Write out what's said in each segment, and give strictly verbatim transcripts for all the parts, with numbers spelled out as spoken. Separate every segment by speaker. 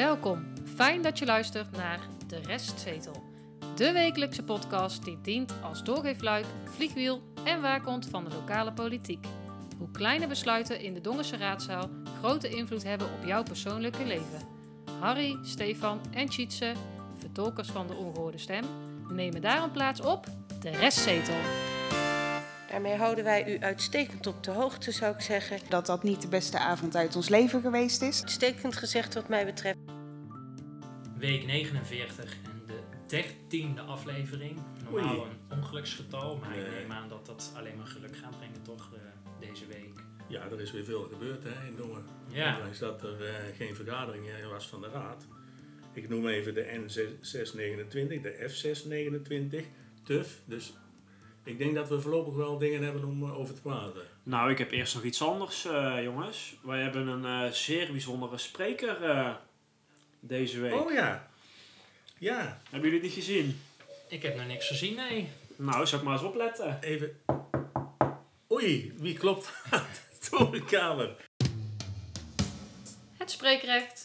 Speaker 1: Welkom, fijn dat je luistert naar De Restzetel. De wekelijkse podcast die dient als doorgeefluik, vliegwiel en waakhond van de lokale politiek. Hoe kleine besluiten in de Dongense raadzaal grote invloed hebben op jouw persoonlijke leven. Harry, Stefan en Tjitse, vertolkers van de ongehoorde stem, nemen daarom plaats op De Restzetel.
Speaker 2: Daarmee houden wij u uitstekend op de hoogte, zou ik zeggen.
Speaker 3: Dat dat niet de beste avond uit ons leven geweest is.
Speaker 2: Uitstekend gezegd wat mij betreft.
Speaker 4: Week negenenveertig en de dertiende aflevering. Normaal Oei. een ongeluksgetal, maar nee. ik neem aan dat dat alleen maar geluk gaat brengen toch uh, deze week.
Speaker 5: Ja, er is weer veel gebeurd hè, in Dongen.
Speaker 4: Ja.
Speaker 5: Ondanks dat er uh, geen vergadering was van de raad. Ik noem even de N zeshonderdnegenentwintig, de F zeshonderdnegenentwintig, T U F. Dus ik denk dat we voorlopig wel dingen hebben om uh, over te praten.
Speaker 6: Nou, ik heb eerst nog iets anders, uh, jongens. Wij hebben een uh, zeer bijzondere spreker uh, deze week.
Speaker 5: Oh ja. Ja.
Speaker 6: Hebben jullie die gezien?
Speaker 4: Ik heb nog niks gezien, nee.
Speaker 6: Nou, zal ik maar eens opletten.
Speaker 5: Even. Oei, wie klopt aan de torenkamer?
Speaker 1: Het spreekrecht.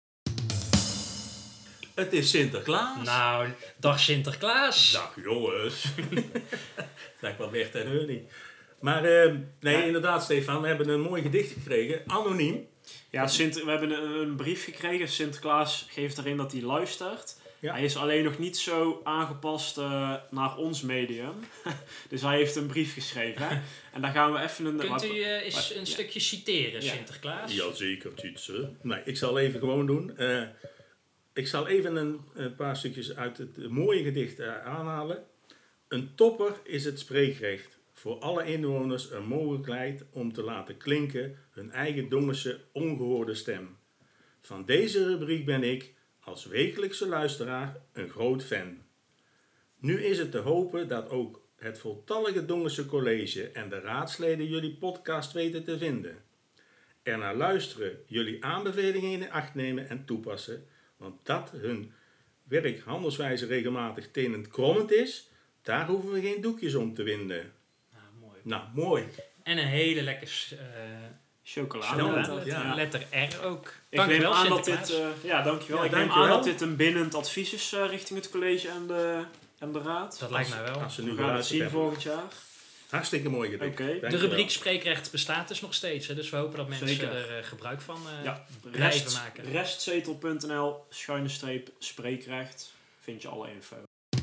Speaker 5: Het is Sinterklaas.
Speaker 4: Nou, dag Sinterklaas.
Speaker 5: Dag jongens. Lijkt wel Bert en Heuning. Maar uh, nee, ja. inderdaad Stefan, we hebben een mooi gedicht gekregen, anoniem.
Speaker 6: Ja, Sint- we hebben een, een brief gekregen. Sinterklaas geeft erin dat hij luistert. Ja. Hij is alleen nog niet zo aangepast uh, naar ons medium. Dus hij heeft een brief geschreven. Hè? En daar gaan we even een...
Speaker 4: Kunt u uh, eens een ja. stukje citeren,
Speaker 5: ja.
Speaker 4: Sinterklaas?
Speaker 5: Jazeker, Tjitse. Nee, ik zal even gewoon doen. Uh, ik zal even een, een paar stukjes uit het mooie gedicht uh, aanhalen. Een topper is het spreekrecht. Voor alle inwoners een mogelijkheid om te laten klinken hun eigen Dongense ongehoorde stem. Van deze rubriek ben ik, als wekelijkse luisteraar, een groot fan. Nu is het te hopen dat ook het voltallige Dongense college en de raadsleden jullie podcast weten te vinden. Ernaar luisteren, jullie aanbevelingen in acht nemen en toepassen, want dat hun werk handelswijze regelmatig tenend krommend is, daar hoeven we geen doekjes om te winden.
Speaker 4: Nou, mooi.
Speaker 5: Nou, mooi.
Speaker 4: En een hele lekker uh,
Speaker 6: chocolade.
Speaker 4: chocolade.
Speaker 5: Ja.
Speaker 4: Ja. Letter R ook.
Speaker 6: Ik
Speaker 4: dankjewel,
Speaker 6: neem aan dat
Speaker 4: Sinterklaas.
Speaker 6: dit, uh, ja, dankjewel.
Speaker 5: Ja,
Speaker 6: ik neem
Speaker 5: dankjewel.
Speaker 6: aan dat dit een bindend advies is uh, richting het college en de, en de raad.
Speaker 4: Dat lijkt mij wel.
Speaker 5: Als ze nu
Speaker 6: we gaan het zien
Speaker 5: hebben.
Speaker 6: volgend jaar.
Speaker 5: Hartstikke mooi gedicht.
Speaker 6: Okay.
Speaker 4: De rubriek spreekrecht bestaat dus nog steeds. Hè? Dus we hopen dat mensen
Speaker 6: Zeker.
Speaker 4: er uh, gebruik van uh,
Speaker 6: ja.
Speaker 4: blijven
Speaker 6: Rest,
Speaker 4: maken.
Speaker 6: Restzetel punt n l schuine streep spreekrecht. Vind je alle info.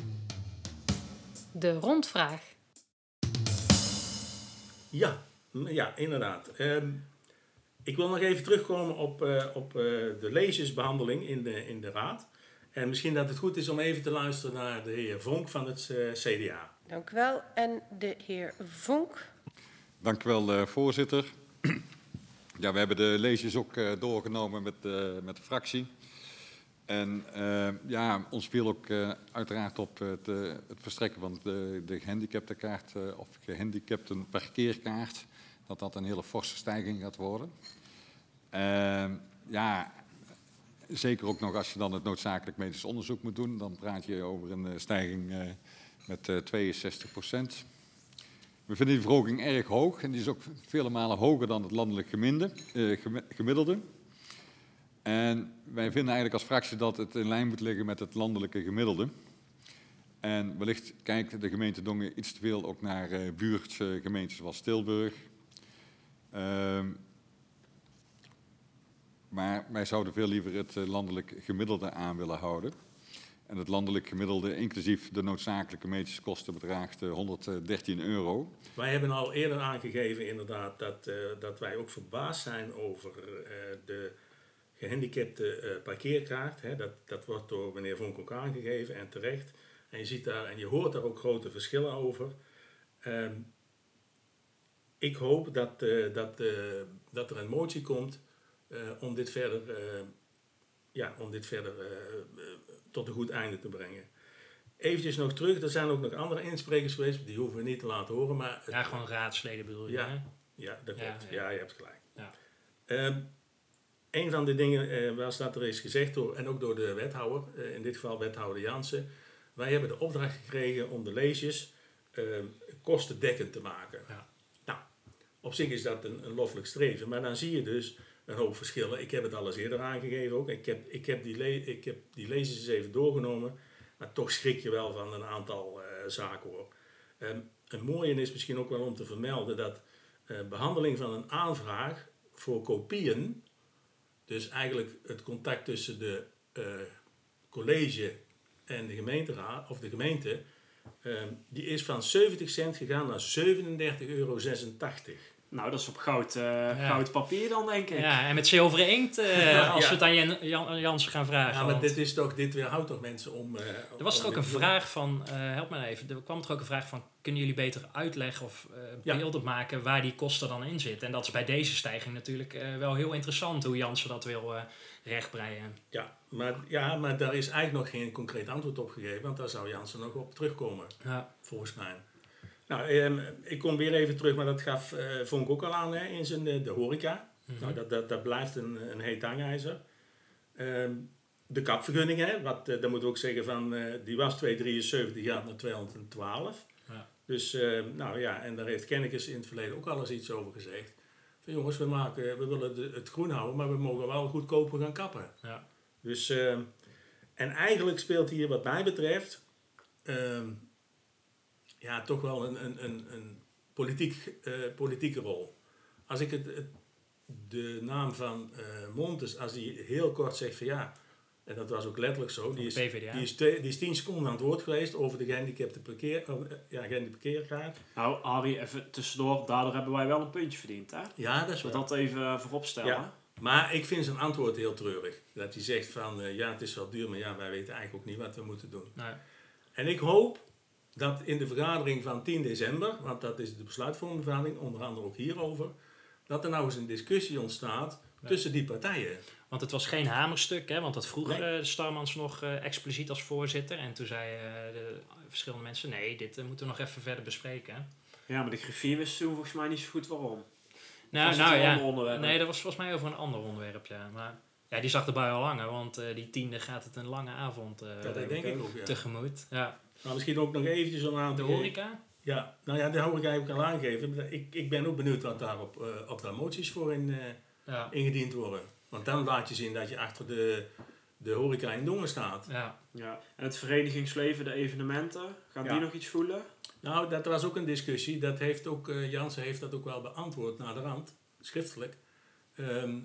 Speaker 1: De rondvraag.
Speaker 5: Ja, ja inderdaad. Um, ik wil nog even terugkomen op, uh, op uh, de lezersbehandeling in de, in de raad. En misschien dat het goed is om even te luisteren naar de heer Vonk van het uh, C D A.
Speaker 2: Dank u wel. En de heer Vonk.
Speaker 7: Dank u wel, uh, voorzitter. Ja, we hebben de lezers ook uh, doorgenomen met, uh, met de fractie. En uh, ja, ons viel ook uh, uiteraard op het, uh, het verstrekken van de, de gehandicaptenkaart uh, of gehandicapten parkeerkaart. Dat dat een hele forse stijging gaat worden. Uh, ja, zeker ook nog als je dan het noodzakelijk medisch onderzoek moet doen. Dan praat je over een uh, stijging uh, met uh, tweeënzestig procent. We vinden die verhoging erg hoog. En die is ook vele malen hoger dan het landelijk geminde, uh, gemiddelde. En wij vinden eigenlijk als fractie dat het in lijn moet liggen met het landelijke gemiddelde. En wellicht kijkt de gemeente Dongen iets te veel ook naar uh, buurtgemeentes zoals Tilburg. Uh, maar wij zouden veel liever het uh, landelijk gemiddelde aan willen houden. En het landelijk gemiddelde, inclusief de noodzakelijke medische kosten, bedraagt uh, honderddertien euro.
Speaker 5: Wij hebben al eerder aangegeven inderdaad dat, uh, dat wij ook verbaasd zijn over uh, de gehandicapte uh, parkeerkaart. Hè. Dat, dat wordt door meneer Vonk ook aangegeven en terecht. En je ziet daar en je hoort daar ook grote verschillen over. Um, ik hoop dat, uh, dat, uh, dat er een motie komt uh, om dit verder, uh, ja, om dit verder uh, uh, tot een goed einde te brengen. Eventjes nog terug, er zijn ook nog andere insprekers geweest, die hoeven we niet te laten horen. Maar het,
Speaker 4: ja, gewoon raadsleden bedoel je,
Speaker 5: ja,
Speaker 4: hè?
Speaker 5: Ja, dat
Speaker 4: ja,
Speaker 5: klopt.
Speaker 4: ja.
Speaker 5: Ja, je hebt gelijk.
Speaker 4: Ja.
Speaker 5: Um, een van de dingen uh, was dat er is gezegd, door, en ook door de wethouder, uh, in dit geval wethouder Jansen, wij hebben de opdracht gekregen om de leesjes uh, kostendekkend te maken.
Speaker 4: Ja.
Speaker 5: Nou, op zich is dat een, een loffelijk streven, maar dan zie je dus een hoop verschillen. Ik heb het al eens eerder aangegeven ook. Ik heb, ik heb, die, le- ik heb die lezers eens even doorgenomen. Maar toch schrik je wel van een aantal uh, zaken hoor. Um, een mooie is misschien ook wel om te vermelden dat uh, behandeling van een aanvraag voor kopieën, dus eigenlijk het contact tussen de uh, college en de gemeenteraad of de gemeente, um, die is van zeventig cent gegaan naar zevenendertig euro zesentachtig.
Speaker 6: Nou, dat is op goud, uh, ja. goud papier dan, denk ik.
Speaker 4: Ja, en met zilveren inkt, uh,
Speaker 5: ja,
Speaker 4: als
Speaker 5: ja.
Speaker 4: we het aan Jan, Jan, Jansen gaan vragen.
Speaker 5: Ja, maar
Speaker 4: want...
Speaker 5: dit, is toch, dit weerhoudt toch mensen om... Uh,
Speaker 4: er was er ook een vraag van, uh, help me even, er kwam er ook een vraag van, kunnen jullie beter uitleggen of uh,
Speaker 5: ja.
Speaker 4: beelden maken waar die kosten dan in zitten? En dat is bij deze stijging natuurlijk uh, wel heel interessant, hoe Jansen dat wil uh, rechtbreien.
Speaker 5: Ja maar, ja, maar daar is eigenlijk nog geen concreet antwoord op gegeven, want daar zou Jansen nog op terugkomen,
Speaker 4: ja.
Speaker 5: volgens mij. Nou, eh, ik kom weer even terug, maar dat gaf uh, Vonk ook al aan hè, in zijn, de, de horeca. Mm-hmm. Nou, dat, dat, dat blijft een, een heet hangijzer. Uh, de kapvergunning, hè, wat, uh, dan moeten we ook zeggen van, uh, die was tweehonderddrieënzeventig, gaat naar tweehonderdtwaalf. Ja. Dus, uh, nou ja, en daar heeft Kennekes in het verleden ook al eens iets over gezegd. Van jongens, we, maken, we willen de, het groen houden, maar we mogen wel goedkoper gaan kappen.
Speaker 4: Ja.
Speaker 5: Dus, uh, en eigenlijk speelt hier wat mij betreft... Uh, ja, toch wel een, een, een, een politiek, uh, politieke rol. Als ik het, het, de naam van uh, Montes, als die heel kort zegt van ja, en dat was ook letterlijk zo, die is, die is, te, die is tien seconden aan het woord geweest over de gehandicapte parkeer, uh, ja, parkeerkaart.
Speaker 6: Nou, Harry, even tussendoor, daardoor hebben wij wel een puntje verdiend, hè?
Speaker 5: Ja, dat is
Speaker 6: wel. We dat even voorop stellen.
Speaker 5: Ja, maar ik vind zijn antwoord heel treurig. Dat hij zegt van uh, ja, het is wel duur, maar ja, wij weten eigenlijk ook niet wat we moeten doen.
Speaker 4: Nee.
Speaker 5: En ik hoop dat in de vergadering van tien december, want dat is de besluitvormende vergadering, onder andere ook hierover, dat er nou eens een discussie ontstaat ja. tussen die partijen.
Speaker 4: Want het was geen hamerstuk, hè? Want dat vroeg
Speaker 5: nee.
Speaker 4: uh, Starmans nog uh, expliciet als voorzitter. En toen zeiden uh, de verschillende mensen, nee, dit uh, moeten we nog even verder bespreken. Hè?
Speaker 6: Ja, maar de griffier wist toen volgens mij niet zo goed waarom.
Speaker 4: Nou, nou ja, nee, dat was volgens mij over een ander onderwerp, ja. Maar ja, die zag erbij al langer, want uh, die tiende gaat het een lange avond uh,
Speaker 5: ja, dat denk ik ook, ja.
Speaker 4: tegemoet. Ja.
Speaker 5: Nou, misschien ook nog eventjes om aan te
Speaker 4: De horeca?
Speaker 5: Ja, nou ja, de horeca heb ik al aangegeven. Ik, ik ben ook benieuwd wat daar op, uh, op daar moties voor in, uh, ja. ingediend worden. Want dan laat je zien dat je achter de, de horeca in Dongen staat.
Speaker 6: Ja. Ja. En het verenigingsleven, de evenementen, gaan ja. die nog iets voelen?
Speaker 5: Nou, dat was ook een discussie. Dat heeft ook, uh, Jansen heeft dat ook wel beantwoord naar de rand, schriftelijk. Um,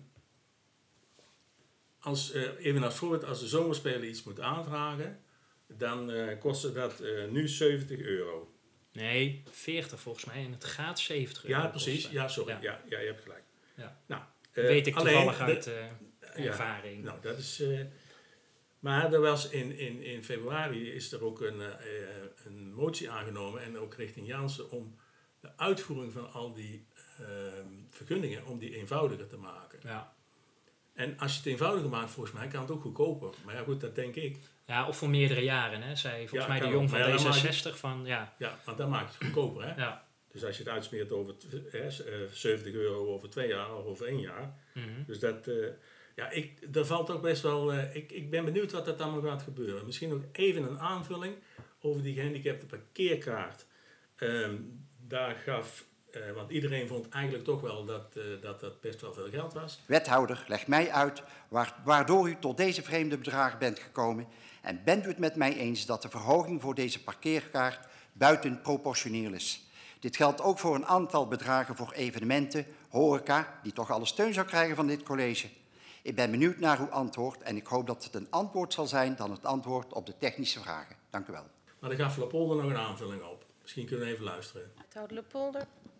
Speaker 5: als, uh, even als voorbeeld, als de zomerspelen iets moet aanvragen, dan uh, kostte dat uh, nu zeventig euro.
Speaker 4: Nee, veertig volgens mij. En het gaat zeventig euro.
Speaker 5: Ja, precies.
Speaker 4: kosten.
Speaker 5: Ja, sorry.
Speaker 4: Ja.
Speaker 5: Ja, ja, je hebt gelijk.
Speaker 4: Ja.
Speaker 5: Nou,
Speaker 4: uh, weet ik toevallig
Speaker 5: alleen,
Speaker 4: uit uh, ervaring.
Speaker 5: Ja, nou, dat is... Uh, maar er was in, in, in februari is er ook een, uh, een motie aangenomen en ook richting Jansen om de uitvoering van al die uh, vergunningen, om die eenvoudiger te maken.
Speaker 4: Ja.
Speaker 5: En als je het eenvoudiger maakt, volgens mij kan het ook goedkoper. Maar ja, goed, dat denk ik.
Speaker 4: Ja, of voor meerdere jaren, hè. Zei volgens
Speaker 5: ja,
Speaker 4: mij de jong van
Speaker 5: ja,
Speaker 4: D zesenzestig je, van, ja.
Speaker 5: Ja, want dan maak je het goedkoper, hè.
Speaker 4: Ja.
Speaker 5: Dus als je het uitsmeert over hè, zeventig euro over twee jaar of over één jaar.
Speaker 4: Mm-hmm.
Speaker 5: Dus dat, uh, ja, ik, daar valt ook best wel, uh, ik, ik ben benieuwd wat dat allemaal gaat gebeuren. Misschien nog even een aanvulling over die gehandicapte parkeerkaart. Um, daar gaf... Uh, want iedereen vond eigenlijk toch wel dat, uh, dat dat best wel veel geld was.
Speaker 8: Wethouder, leg mij uit waar, waardoor u tot deze vreemde bedragen bent gekomen. En bent u het met mij eens dat de verhoging voor deze parkeerkaart buitenproportioneel is? Dit geldt ook voor een aantal bedragen voor evenementen, horeca, die toch alle steun zou krijgen van dit college. Ik ben benieuwd naar uw antwoord en ik hoop dat het een antwoord zal zijn dan het antwoord op de technische vragen. Dank u wel.
Speaker 5: Maar daar gaf Lepolder nog een aanvulling op. Misschien kunnen we even luisteren.
Speaker 2: Wethouder Lepolder.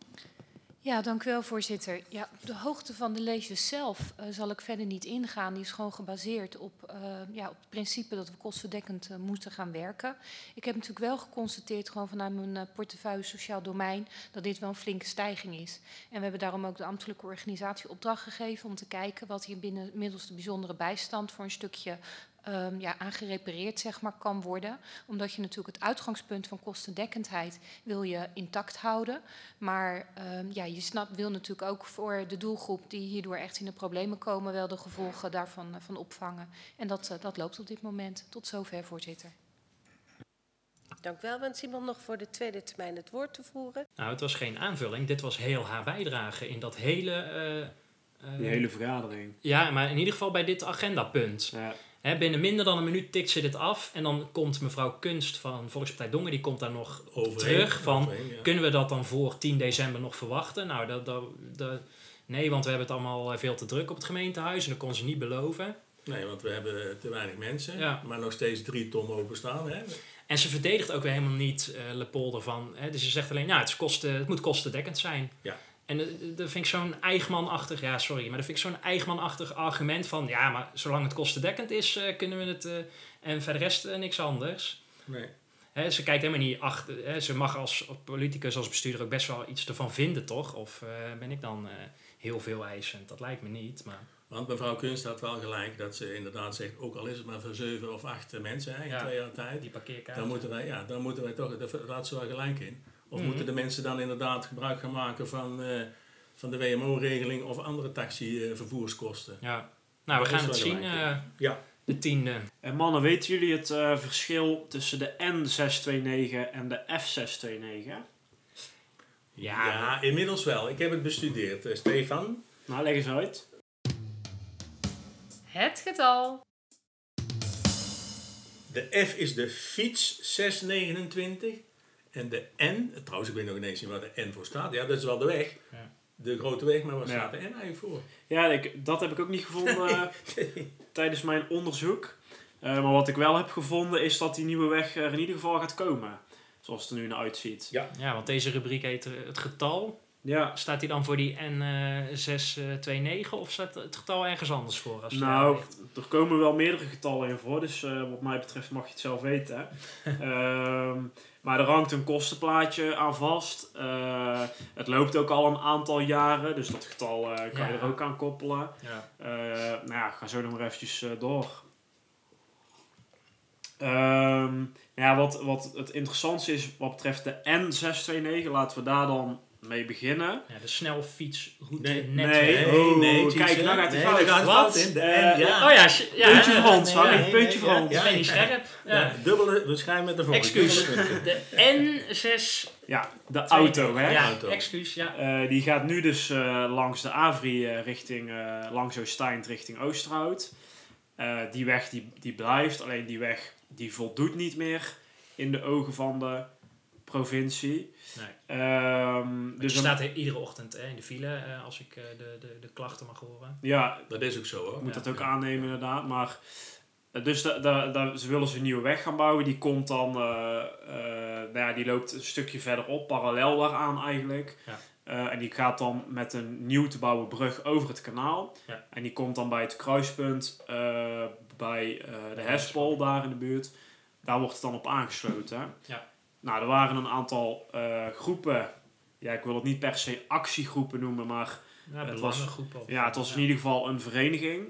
Speaker 9: Ja, dank u wel, voorzitter. Ja, de hoogte van de leges zelf uh, zal ik verder niet ingaan. Die is gewoon gebaseerd op, uh, ja, op het principe dat we kostendekkend uh, moeten gaan werken. Ik heb natuurlijk wel geconstateerd, gewoon vanuit mijn uh, portefeuille sociaal domein, dat dit wel een flinke stijging is. En we hebben daarom ook de ambtelijke organisatie opdracht gegeven om te kijken wat hier binnen middels de bijzondere bijstand voor een stukje Um, ja, aangerepareerd zeg maar, kan worden. Omdat je natuurlijk het uitgangspunt van kostendekkendheid wil je intact houden. Maar um, ja, je snapt, wil natuurlijk ook voor de doelgroep die hierdoor echt in de problemen komen, wel de gevolgen daarvan uh, van opvangen. En dat, uh, dat loopt op dit moment. Tot zover, voorzitter.
Speaker 2: Dank u wel. Wens iemand nog voor de tweede termijn het woord te voeren?
Speaker 4: Nou, het was geen aanvulling. Dit was heel haar bijdrage in dat hele... Uh Uh,
Speaker 6: Die hele vergadering.
Speaker 4: Ja, maar in ieder geval bij dit agendapunt.
Speaker 6: Ja.
Speaker 4: Hè, binnen minder dan een minuut tikt ze dit af. En dan komt mevrouw Kunst van Volkspartij Dongen, die komt daar nog
Speaker 5: Overheen,
Speaker 4: terug van,
Speaker 5: overheen, ja.
Speaker 4: Kunnen we dat dan voor tien december nog verwachten? Nou, dat, dat, dat, nee, want we hebben het allemaal veel te druk op het gemeentehuis en dat kon ze niet beloven.
Speaker 5: Nee, want we hebben te weinig mensen,
Speaker 4: Ja.
Speaker 5: maar nog steeds drie ton openstaan. Hè?
Speaker 4: En ze verdedigt ook weer helemaal niet uh, Lepolder van. Hè, dus ze zegt alleen, ja, het, is kosten, het moet kostendekkend zijn.
Speaker 5: Ja.
Speaker 4: En uh, dat vind ik zo'n eigenmanachtig, ja sorry, maar dat vind ik zo'n eigenmanachtig argument van, ja, maar zolang het kostendekkend is, uh, kunnen we het, uh, en verder rest uh, niks anders.
Speaker 5: Nee.
Speaker 4: Hè, ze kijkt helemaal niet achter, hè, ze mag als politicus, als bestuurder ook best wel iets ervan vinden, toch? Of uh, ben ik dan uh, heel veel eisend? Dat lijkt me niet, maar...
Speaker 5: Want mevrouw Kunst had wel gelijk dat ze inderdaad zegt, ook al is het maar voor zeven of acht mensen hè, in
Speaker 4: Ja,
Speaker 5: twee jaar tijd.
Speaker 4: Die parkeerkaart.
Speaker 5: Dan moeten wij, ja, dan moeten wij toch, daar laat ze wel gelijk in. Of
Speaker 4: Mm-hmm.
Speaker 5: moeten de mensen dan inderdaad gebruik gaan maken van, uh, van de W M O-regeling of andere taxivervoerskosten?
Speaker 4: Ja, nou we
Speaker 5: Daar
Speaker 4: gaan
Speaker 5: is
Speaker 4: het
Speaker 5: wel
Speaker 4: zien,
Speaker 5: gelijk
Speaker 4: uh,
Speaker 5: Ja.
Speaker 4: de tiende.
Speaker 6: En mannen, weten jullie het uh, verschil tussen de N zeshonderdnegenenveertig en de F zeshonderdnegentig?
Speaker 5: Ja. ja, inmiddels wel. Ik heb het bestudeerd. Uh, Stefan?
Speaker 6: Nou, leg eens uit.
Speaker 1: Het getal.
Speaker 5: De F is de fiets zeshonderdnegenentwintig. En de N, trouwens ik weet nog ineens niet waar de N voor staat. Ja, dat is wel de weg.
Speaker 4: Ja.
Speaker 5: De grote weg, maar waar
Speaker 6: Ja.
Speaker 5: staat de N eigenlijk voor?
Speaker 6: Ja, ik, dat heb ik ook niet gevonden uh, tijdens mijn onderzoek. Uh, maar wat ik wel heb gevonden is dat die nieuwe weg er in ieder geval gaat komen. Zoals het er nu naar uitziet.
Speaker 5: Ja.
Speaker 4: Ja, want deze rubriek heet uh, het getal.
Speaker 6: Ja.
Speaker 4: Staat die dan voor die N zeshonderdnegenentwintig of staat het getal ergens anders voor? Als je
Speaker 6: Nou,
Speaker 4: daar ligt?
Speaker 6: er komen wel meerdere getallen in voor, dus uh, wat mij betreft mag je het zelf weten. um, maar er hangt een kostenplaatje aan vast. Uh, het loopt ook al een aantal jaren, dus dat getal uh, kan
Speaker 4: Ja.
Speaker 6: je er ook aan koppelen.
Speaker 4: Ja.
Speaker 6: Uh, nou ja, ga zo nog maar eventjes uh, door. Um, ja, wat, wat het interessantste is wat betreft de N zeshonderdnegenentwintig, laten we daar dan mee beginnen.
Speaker 4: Ja, de snelfietsroute
Speaker 5: Nee,
Speaker 4: net.
Speaker 6: nee.
Speaker 4: hè?
Speaker 6: Oh,
Speaker 5: nee,
Speaker 6: kijk,
Speaker 5: Tjitse.
Speaker 6: nou gaat hij
Speaker 5: Nee,
Speaker 6: fout.
Speaker 5: daar gaat het
Speaker 4: Wat?
Speaker 5: fout in. De
Speaker 6: Uh,
Speaker 5: N, ja.
Speaker 4: Oh ja, sh- ja
Speaker 6: Puntje
Speaker 4: ja,
Speaker 6: Frans,
Speaker 4: nee,
Speaker 6: Harry,
Speaker 4: ja.
Speaker 6: puntje
Speaker 5: ja,
Speaker 6: Frans.
Speaker 4: Ik ben niet scherp. Ja.
Speaker 5: Ja, dubbele, we schrijven met de volgende.
Speaker 4: Excuus.
Speaker 5: Dubbele-
Speaker 4: De N zes...
Speaker 6: Ja, de auto, hè.
Speaker 4: Ja,
Speaker 5: Auto.
Speaker 4: excuus, ja.
Speaker 6: Uh, die gaat nu dus uh, langs de Avri uh, richting, uh, langs Oosteind richting Oosterhout. Uh, die weg die, die blijft, alleen die weg die voldoet niet meer in de ogen van de provincie.
Speaker 4: Nee.
Speaker 6: Um,
Speaker 4: Dus
Speaker 6: dus
Speaker 4: je
Speaker 6: een-
Speaker 4: staat hier iedere ochtend hè, in de file, uh, als ik uh, de, de, de klachten mag horen.
Speaker 6: ja,
Speaker 5: Dat is ook zo hoor.
Speaker 6: ik moet
Speaker 4: Ja.
Speaker 6: dat ook aannemen inderdaad, maar uh, dus da, da, da, ze willen ze een nieuwe weg gaan bouwen. Die komt dan, uh, uh, nou ja, die loopt een stukje verderop, parallel daaraan eigenlijk.
Speaker 4: Ja.
Speaker 6: Uh, en die gaat dan met een nieuw te bouwen brug over het kanaal.
Speaker 4: Ja.
Speaker 6: En die komt dan bij het kruispunt uh, bij uh, de Hespel daar in de buurt. Daar wordt het dan op aangesloten.
Speaker 4: Ja.
Speaker 6: Nou, er waren een aantal uh, groepen. Ja, ik wil het niet per se actiegroepen noemen, maar
Speaker 4: Ja,
Speaker 6: Het was-
Speaker 4: belangengroepen. of-
Speaker 6: ja, het was in ieder geval een vereniging.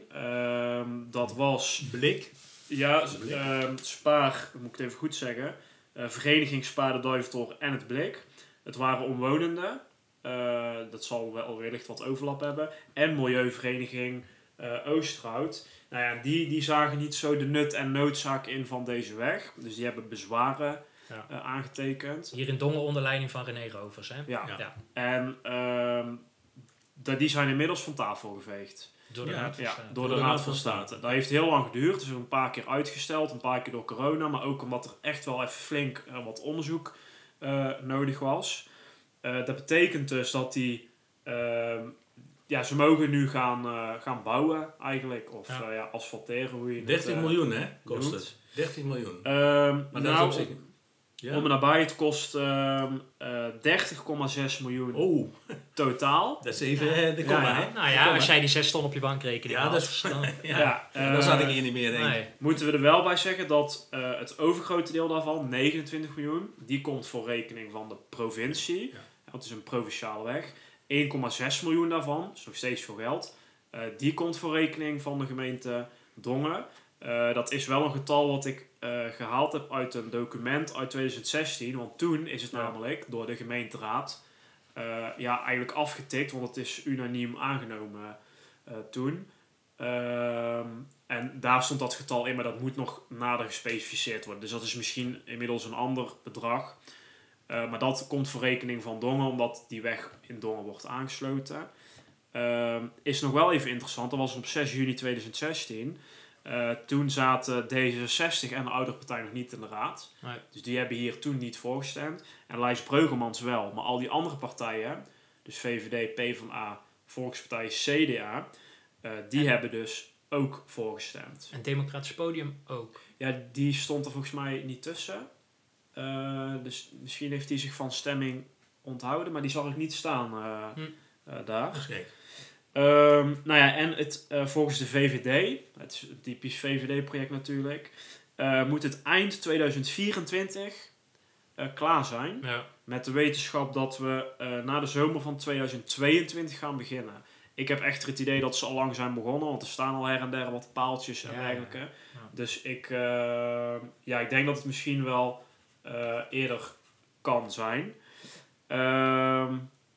Speaker 6: Um, dat was...
Speaker 5: Blik.
Speaker 6: Ja, um, Spaar, moet ik het even goed zeggen. Uh, Vereniging Spaar de Duiventoren en het Blik. Het waren omwonenden. Uh, dat zal wel wellicht wat overlap hebben. En Milieuvereniging uh, Oosterhout. Nou ja, die, die zagen niet zo de nut en noodzaak in van deze weg. Dus die hebben bezwaren
Speaker 4: Ja.
Speaker 6: uh, aangetekend.
Speaker 4: Hier in Dongen onder leiding van René Rovers. Hè?
Speaker 6: Ja.
Speaker 5: Ja.
Speaker 4: Ja.
Speaker 6: En um, dat- die zijn inmiddels van tafel geveegd.
Speaker 4: Door de
Speaker 5: Ja,
Speaker 4: Raad van
Speaker 6: Ja,
Speaker 4: State.
Speaker 6: door de Raad van State. Dat heeft heel lang geduurd. Dus een paar keer uitgesteld. Een paar keer door corona. Maar ook omdat er echt wel even flink uh, wat onderzoek uh, nodig was. Uh, dat betekent dus dat die... Uh, ja, ze mogen nu gaan, uh, gaan bouwen eigenlijk. Of
Speaker 4: Ja.
Speaker 6: uh, ja, asfalteren, hoe je het
Speaker 5: dertig
Speaker 6: uh,
Speaker 5: miljoen hè, kost
Speaker 6: noemt.
Speaker 5: het. dertig miljoen.
Speaker 6: Um,
Speaker 5: Maar dat
Speaker 6: nou,
Speaker 5: is op zich... Ja.
Speaker 6: om en nabij, het kost um, uh, dertig komma zes miljoen
Speaker 5: Oh,
Speaker 6: totaal.
Speaker 5: dat is even eh, de komma
Speaker 6: Ja, ja.
Speaker 5: hè.
Speaker 4: Nou
Speaker 5: De
Speaker 4: ja,
Speaker 5: komma.
Speaker 4: als jij die zes ton op je bankrekening
Speaker 5: Ja,
Speaker 4: had,
Speaker 5: dat is-
Speaker 4: dan...
Speaker 5: Ja,
Speaker 6: Ja,
Speaker 5: Ja, dan
Speaker 6: uh,
Speaker 5: zat ik hier niet meer denk ik.
Speaker 4: Nee.
Speaker 6: Moeten we er wel bij zeggen dat uh, het overgrote deel daarvan, negenentwintig miljoen, die komt voor rekening van de provincie.
Speaker 5: Ja.
Speaker 6: Dat is een provinciale weg. één komma zes miljoen daarvan, dat is nog steeds veel geld, uh, die komt voor rekening van de gemeente Dongen. Uh, dat is wel een getal wat ik uh, gehaald heb uit een document uit twintig zestien. Want toen is het
Speaker 4: Ja.
Speaker 6: namelijk door de gemeenteraad uh, ja, eigenlijk afgetikt. Want het is unaniem aangenomen uh, toen. Um, en daar stond dat getal in, maar dat moet nog nader gespecificeerd worden. Dus dat is misschien inmiddels een ander bedrag. Uh, maar dat komt voor rekening van Dongen, omdat die weg in Dongen wordt aangesloten. uh, is nog wel even interessant. Dat was op zes juni tweeduizend zestien. Uh, toen zaten D zesenzestig en de oudere partij nog niet in de raad.
Speaker 4: Nee.
Speaker 6: Dus die hebben hier toen niet voorgestemd. En Lijs Breugelmans wel. Maar al die andere partijen, dus V V D, PvdA, Volkspartij, C D A, uh, die en, hebben dus ook voorgestemd.
Speaker 4: En Democratisch Podium ook?
Speaker 6: Ja, die stond er volgens mij niet tussen. Uh, dus misschien heeft hij zich van stemming onthouden, maar die zal ik niet staan uh, hm. uh, daar.
Speaker 5: Dat is gek.
Speaker 6: Um, nou ja, en het, uh, volgens de V V D, het is een typisch V V D-project natuurlijk, uh, moet het eind tweeduizend vierentwintig uh, klaar zijn.
Speaker 4: Ja.
Speaker 6: Met de wetenschap dat we uh, na de zomer van tweeduizend tweeëntwintig gaan beginnen. Ik heb echt het idee dat ze al lang zijn begonnen, want er staan al her en der wat paaltjes en
Speaker 4: ja,
Speaker 6: dergelijke.
Speaker 4: Ja, ja.
Speaker 6: Dus ik, uh, ja, ik denk dat het misschien wel uh, eerder kan zijn. Uh,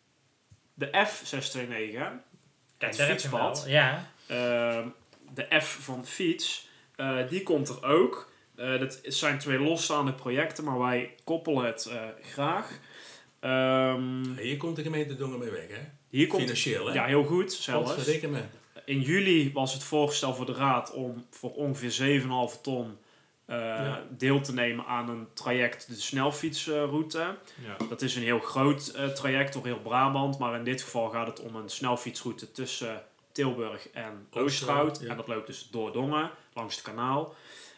Speaker 6: de F zeshonderdnegenenveertig,
Speaker 4: Kijk,
Speaker 6: het fietspad,
Speaker 4: ja.
Speaker 6: uh, de F van fiets, uh, die komt er ook. Uh, dat zijn twee losstaande projecten, maar wij koppelen het uh, graag. Um,
Speaker 5: Hier komt de gemeente Dongen mee weg, hè?
Speaker 6: Hier komt,
Speaker 5: Financieel, hè?
Speaker 6: Ja, heel goed zelfs.
Speaker 5: Godverdikke.
Speaker 6: In juli was het voorstel voor de raad om voor ongeveer zeven komma vijf ton uh, ja. deel te nemen aan een traject, de snelfietsroute.
Speaker 4: Ja.
Speaker 6: Dat is een heel groot uh, traject door heel Brabant, maar in dit geval gaat het om een snelfietsroute tussen Tilburg en Oosterhout. Ja. En dat loopt dus door Dongen, langs het kanaal.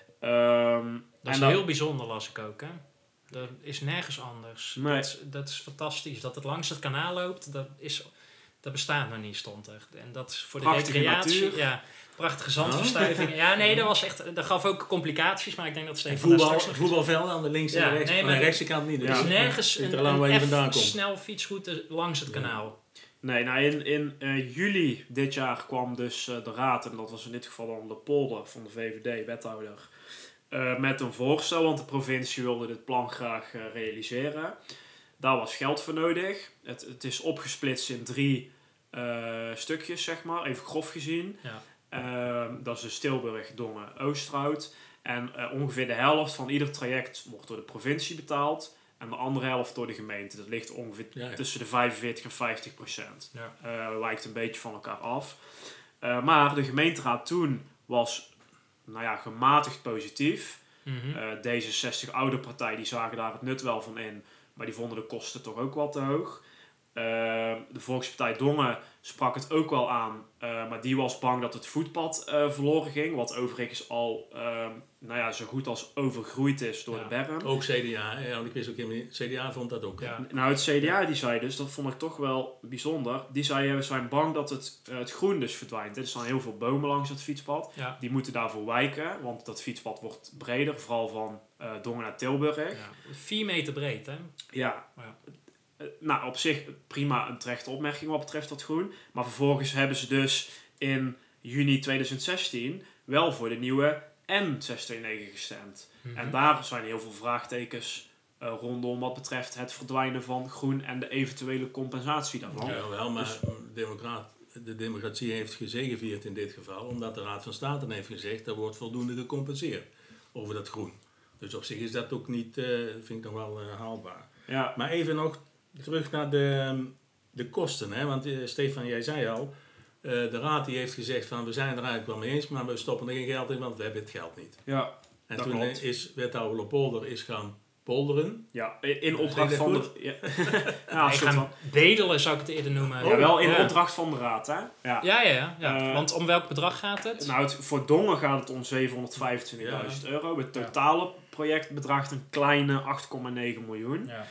Speaker 6: Um,
Speaker 4: dat is
Speaker 6: en
Speaker 4: heel
Speaker 6: dat,
Speaker 4: bijzonder, las ik ook, hè? Dat is nergens anders.
Speaker 6: Nee.
Speaker 4: Dat, dat is fantastisch. Dat het langs het kanaal loopt, dat, is, dat bestaat nog niet, stond er. En dat is voor de
Speaker 6: prachtige
Speaker 4: recreatie.
Speaker 6: natuur.
Speaker 4: Ja, prachtige zandverstuivingen. Ja, nee, dat was echt. Dat gaf ook complicaties, maar ik denk dat Steven
Speaker 5: voetbal,
Speaker 4: daar straks nog
Speaker 5: voetbalvelden aan de links en
Speaker 4: ja,
Speaker 5: de rechts,
Speaker 4: nee,
Speaker 5: aan de rechtse kant niet.
Speaker 4: Er
Speaker 5: Dus
Speaker 4: is nergens
Speaker 5: ja.
Speaker 4: een,
Speaker 5: een,
Speaker 4: een,
Speaker 5: een
Speaker 4: snel fietsroute langs het
Speaker 5: ja.
Speaker 4: kanaal.
Speaker 6: Nee, nou in, in uh, juli dit jaar kwam dus uh, de raad, en dat was in dit geval dan de polder van de V V D, wethouder, uh, met een voorstel, want de provincie wilde dit plan graag uh, realiseren. Daar was geld voor nodig. Het, het is opgesplitst in drie uh, stukjes, zeg maar, even grof gezien.
Speaker 4: Ja.
Speaker 6: Uh, dat is dus Tilburg, Dongen, Oosterhout. En uh, ongeveer de helft van ieder traject wordt door de provincie betaald. En de andere helft door de gemeente. Dat ligt ongeveer ja, ja. tussen de vijfenveertig en vijftig procent.
Speaker 4: Ja.
Speaker 6: Uh, wijkt een beetje van elkaar af. Uh, maar de gemeenteraad toen was nou ja, gematigd positief.
Speaker 4: Mm-hmm.
Speaker 6: Uh, D zesenzestig oude partij die zagen daar het nut wel van in. Maar die vonden de kosten toch ook wat te hoog. Uh, de Volkspartij Dongen sprak het ook wel aan. Uh, maar die was bang dat het voetpad uh, verloren ging. Wat overigens al uh, nou ja, zo goed als overgroeid is door
Speaker 5: ja,
Speaker 6: de berm.
Speaker 5: Ook C D A. Ja, ik wist ook helemaal niet. C D A vond dat ook.
Speaker 6: Ja. Nou, het C D A die zei dus, dat vond ik toch wel bijzonder. Die zei, we zijn bang dat het, uh, het groen dus verdwijnt. Er staan heel veel bomen langs het fietspad. Ja. Die moeten daarvoor wijken. Want dat fietspad wordt breder. Vooral van uh, Dongen naar Tilburg.
Speaker 4: Ja, vier meter breed, hè?
Speaker 6: Ja.
Speaker 4: ja.
Speaker 6: Nou, op zich prima een terechte opmerking wat betreft dat groen. Maar vervolgens hebben ze dus in juni tweeduizend zestien wel voor de nieuwe N zeshonderdnegenenveertig gestemd. Mm-hmm. En daar zijn heel veel vraagtekens uh, rondom wat betreft het verdwijnen van groen en de eventuele compensatie daarvan.
Speaker 5: Ja, wel, maar
Speaker 6: dus,
Speaker 5: democraat, de democratie heeft gezegevierd in dit geval, omdat de Raad van State heeft gezegd, er wordt voldoende gecompenseerd over dat groen. Dus op zich is dat ook niet, uh, vind ik nog wel uh, haalbaar.
Speaker 6: Ja.
Speaker 5: Maar even nog terug naar de, de kosten, hè? Want uh, Stefan, jij zei al, uh, de raad die heeft gezegd van we zijn er eigenlijk wel mee eens, maar we stoppen er geen geld in, want we hebben het geld niet.
Speaker 6: Ja,
Speaker 5: en
Speaker 6: dat
Speaker 5: toen
Speaker 6: klopt.
Speaker 5: is wethouder Lepolder is gaan polderen.
Speaker 6: Ja, in, in opdracht van de... Ja,
Speaker 4: ja, nee, gaan van, bedelen zou ik het eerder noemen.
Speaker 6: Oh, ja, wel in ja. opdracht van de raad, hè?
Speaker 4: Ja, ja, ja. ja. Uh, want om welk bedrag gaat het?
Speaker 6: Nou, het, voor Dongen gaat het om zevenhonderdvijfentwintigduizend ja. euro. Het totale project bedraagt een kleine acht komma negen miljoen.
Speaker 4: Ja.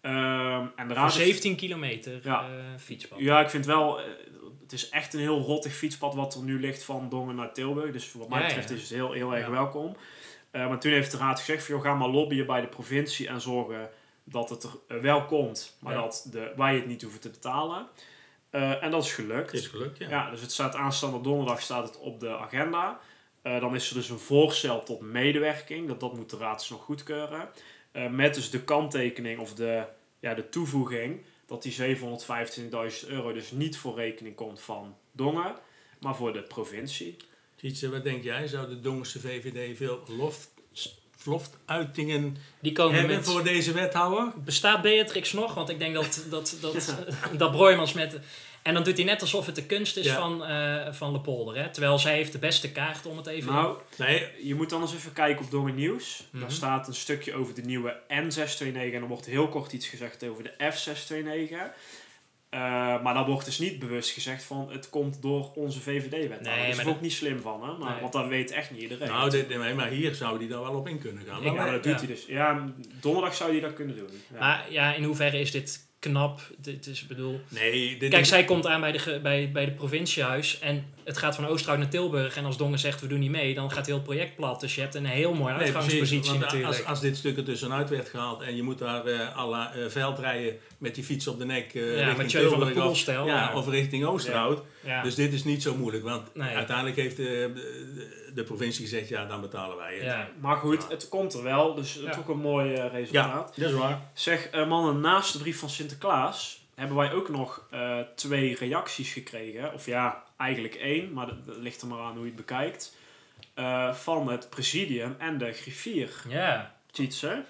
Speaker 6: Um, en de raad
Speaker 4: voor zeventien kilometer
Speaker 6: ja.
Speaker 4: uh, fietspad.
Speaker 6: Ja, ik vind wel... Uh, het is echt een heel rottig fietspad wat er nu ligt van Dongen naar Tilburg. Dus wat mij ja, betreft ja. is het heel, heel erg ja. welkom. Uh, maar toen heeft de raad gezegd van, joh, ga maar lobbyen bij de provincie en zorgen dat het er uh, wel komt, maar ja. dat de, wij het niet hoeven te betalen. Uh, en dat is gelukt.
Speaker 5: Het is gelukt, ja.
Speaker 6: ja. Dus het staat aanstaande donderdag staat het op de agenda. Uh, dan is er dus een voorstel tot medewerking. Dat, dat moet de raad dus nog goedkeuren. Uh, met dus de kanttekening of de, ja, de toevoeging dat die zevenhonderdvijfentwintigduizend euro dus niet voor rekening komt van Dongen, maar voor de provincie.
Speaker 5: Tietje, wat denk jij? Zou de Dongense V V D veel lof vloft-uitingen
Speaker 4: Die komen
Speaker 5: hebben
Speaker 4: met,
Speaker 5: voor deze wethouder?
Speaker 4: Bestaat Beatrix nog? Want ik denk dat, dat, dat, dat Broijmans met... En dan doet hij net alsof het de kunst is ja. van, uh, van Le Polder. Hè? Terwijl zij heeft de beste kaart om het even...
Speaker 6: Nou, nee, je moet dan eens even kijken op Dongen Nieuws.
Speaker 4: Mm-hmm.
Speaker 6: Daar staat een stukje over de nieuwe N zeshonderdnegenenveertig. En er wordt heel kort iets gezegd over de F zeshonderdnegenenveertig. Uh, maar dan wordt dus niet bewust gezegd van het komt door onze V V D-wet. Nee, dat is ook niet slim van, hè? Maar, nee. Want dat weet echt niet iedereen.
Speaker 5: Nou, dit, nee, maar hier zou hij daar wel op in kunnen gaan.
Speaker 6: Ja, maar dat doet ja. hij dus. Ja, donderdag zou hij dat kunnen doen.
Speaker 4: Ja. Maar ja, in hoeverre is dit knap? Dit is, bedoel...
Speaker 5: Nee, dit
Speaker 4: Kijk,
Speaker 5: is...
Speaker 4: zij komt aan bij de, bij, bij de provinciehuis en het gaat van Oosterhout naar Tilburg. En als Dongen zegt we doen niet mee, dan gaat heel het project plat. Dus je hebt een heel mooie
Speaker 5: nee,
Speaker 4: uitgangspositie
Speaker 5: precies,
Speaker 4: natuurlijk.
Speaker 5: Als, als dit stuk er tussenuit werd gehaald en je moet daar uh, à la uh, veld rijden met die fiets op de nek uh,
Speaker 4: ja,
Speaker 5: richting Tilburg of,
Speaker 4: ja,
Speaker 5: ja, of richting Oosterhout.
Speaker 4: Ja. Ja.
Speaker 5: Dus dit is niet zo moeilijk, want
Speaker 4: nee.
Speaker 5: uiteindelijk heeft de, de, de provincie gezegd, ja, dan betalen wij het.
Speaker 6: Ja. Maar goed, ja. het komt er wel, dus het is ja. ook een mooi uh, resultaat.
Speaker 5: Ja, dat is waar.
Speaker 6: Zeg, uh, mannen, naast de brief van Sinterklaas hebben wij ook nog uh, twee reacties gekregen. Of ja, eigenlijk één, maar dat, dat ligt er maar aan hoe je het bekijkt. Uh, van het presidium en de griffier.
Speaker 4: Ja.
Speaker 6: Tjitse.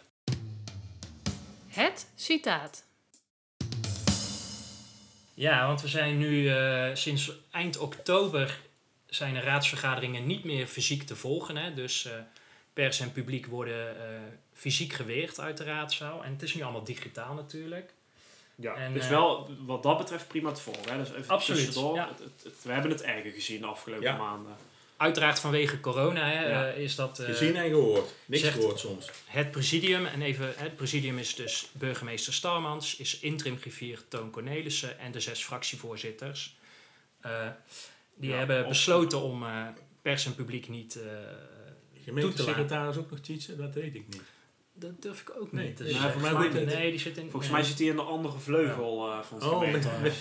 Speaker 1: Het citaat.
Speaker 4: Ja, want we zijn nu uh, sinds eind oktober zijn de raadsvergaderingen niet meer fysiek te volgen. Hè? Dus uh, pers en publiek worden uh, fysiek geweerd uit de raadzaal. En het is nu allemaal digitaal natuurlijk.
Speaker 6: Ja,
Speaker 4: en,
Speaker 6: dus
Speaker 4: uh,
Speaker 6: wel wat dat betreft prima te volgen. Hè? Dus even
Speaker 4: absoluut.
Speaker 6: tussendoor.
Speaker 4: Ja.
Speaker 6: Het, het, het, we hebben het erger gezien de afgelopen ja. maanden.
Speaker 4: Uiteraard vanwege corona hè, ja. uh, is dat... Uh,
Speaker 5: gezien en gehoord. Niks gehoord soms.
Speaker 4: Het presidium, en even, het presidium is dus burgemeester Starmans, is interim griffier Toon Cornelissen en de zes fractievoorzitters. Uh, die ja, hebben besloten om uh, pers en publiek niet uh, toe te laten.
Speaker 5: Gemeentesecretaris ook nog Tjitse? Dat weet ik niet.
Speaker 4: Dat durf ik ook
Speaker 5: nee,
Speaker 4: niet.
Speaker 5: Dus
Speaker 6: nee,
Speaker 5: volgens
Speaker 6: mij,
Speaker 5: mij,
Speaker 6: nee, die zit in, volgens nee. mij zit hij in de andere vleugel uh, van het
Speaker 5: oh,
Speaker 6: gemeentehuis.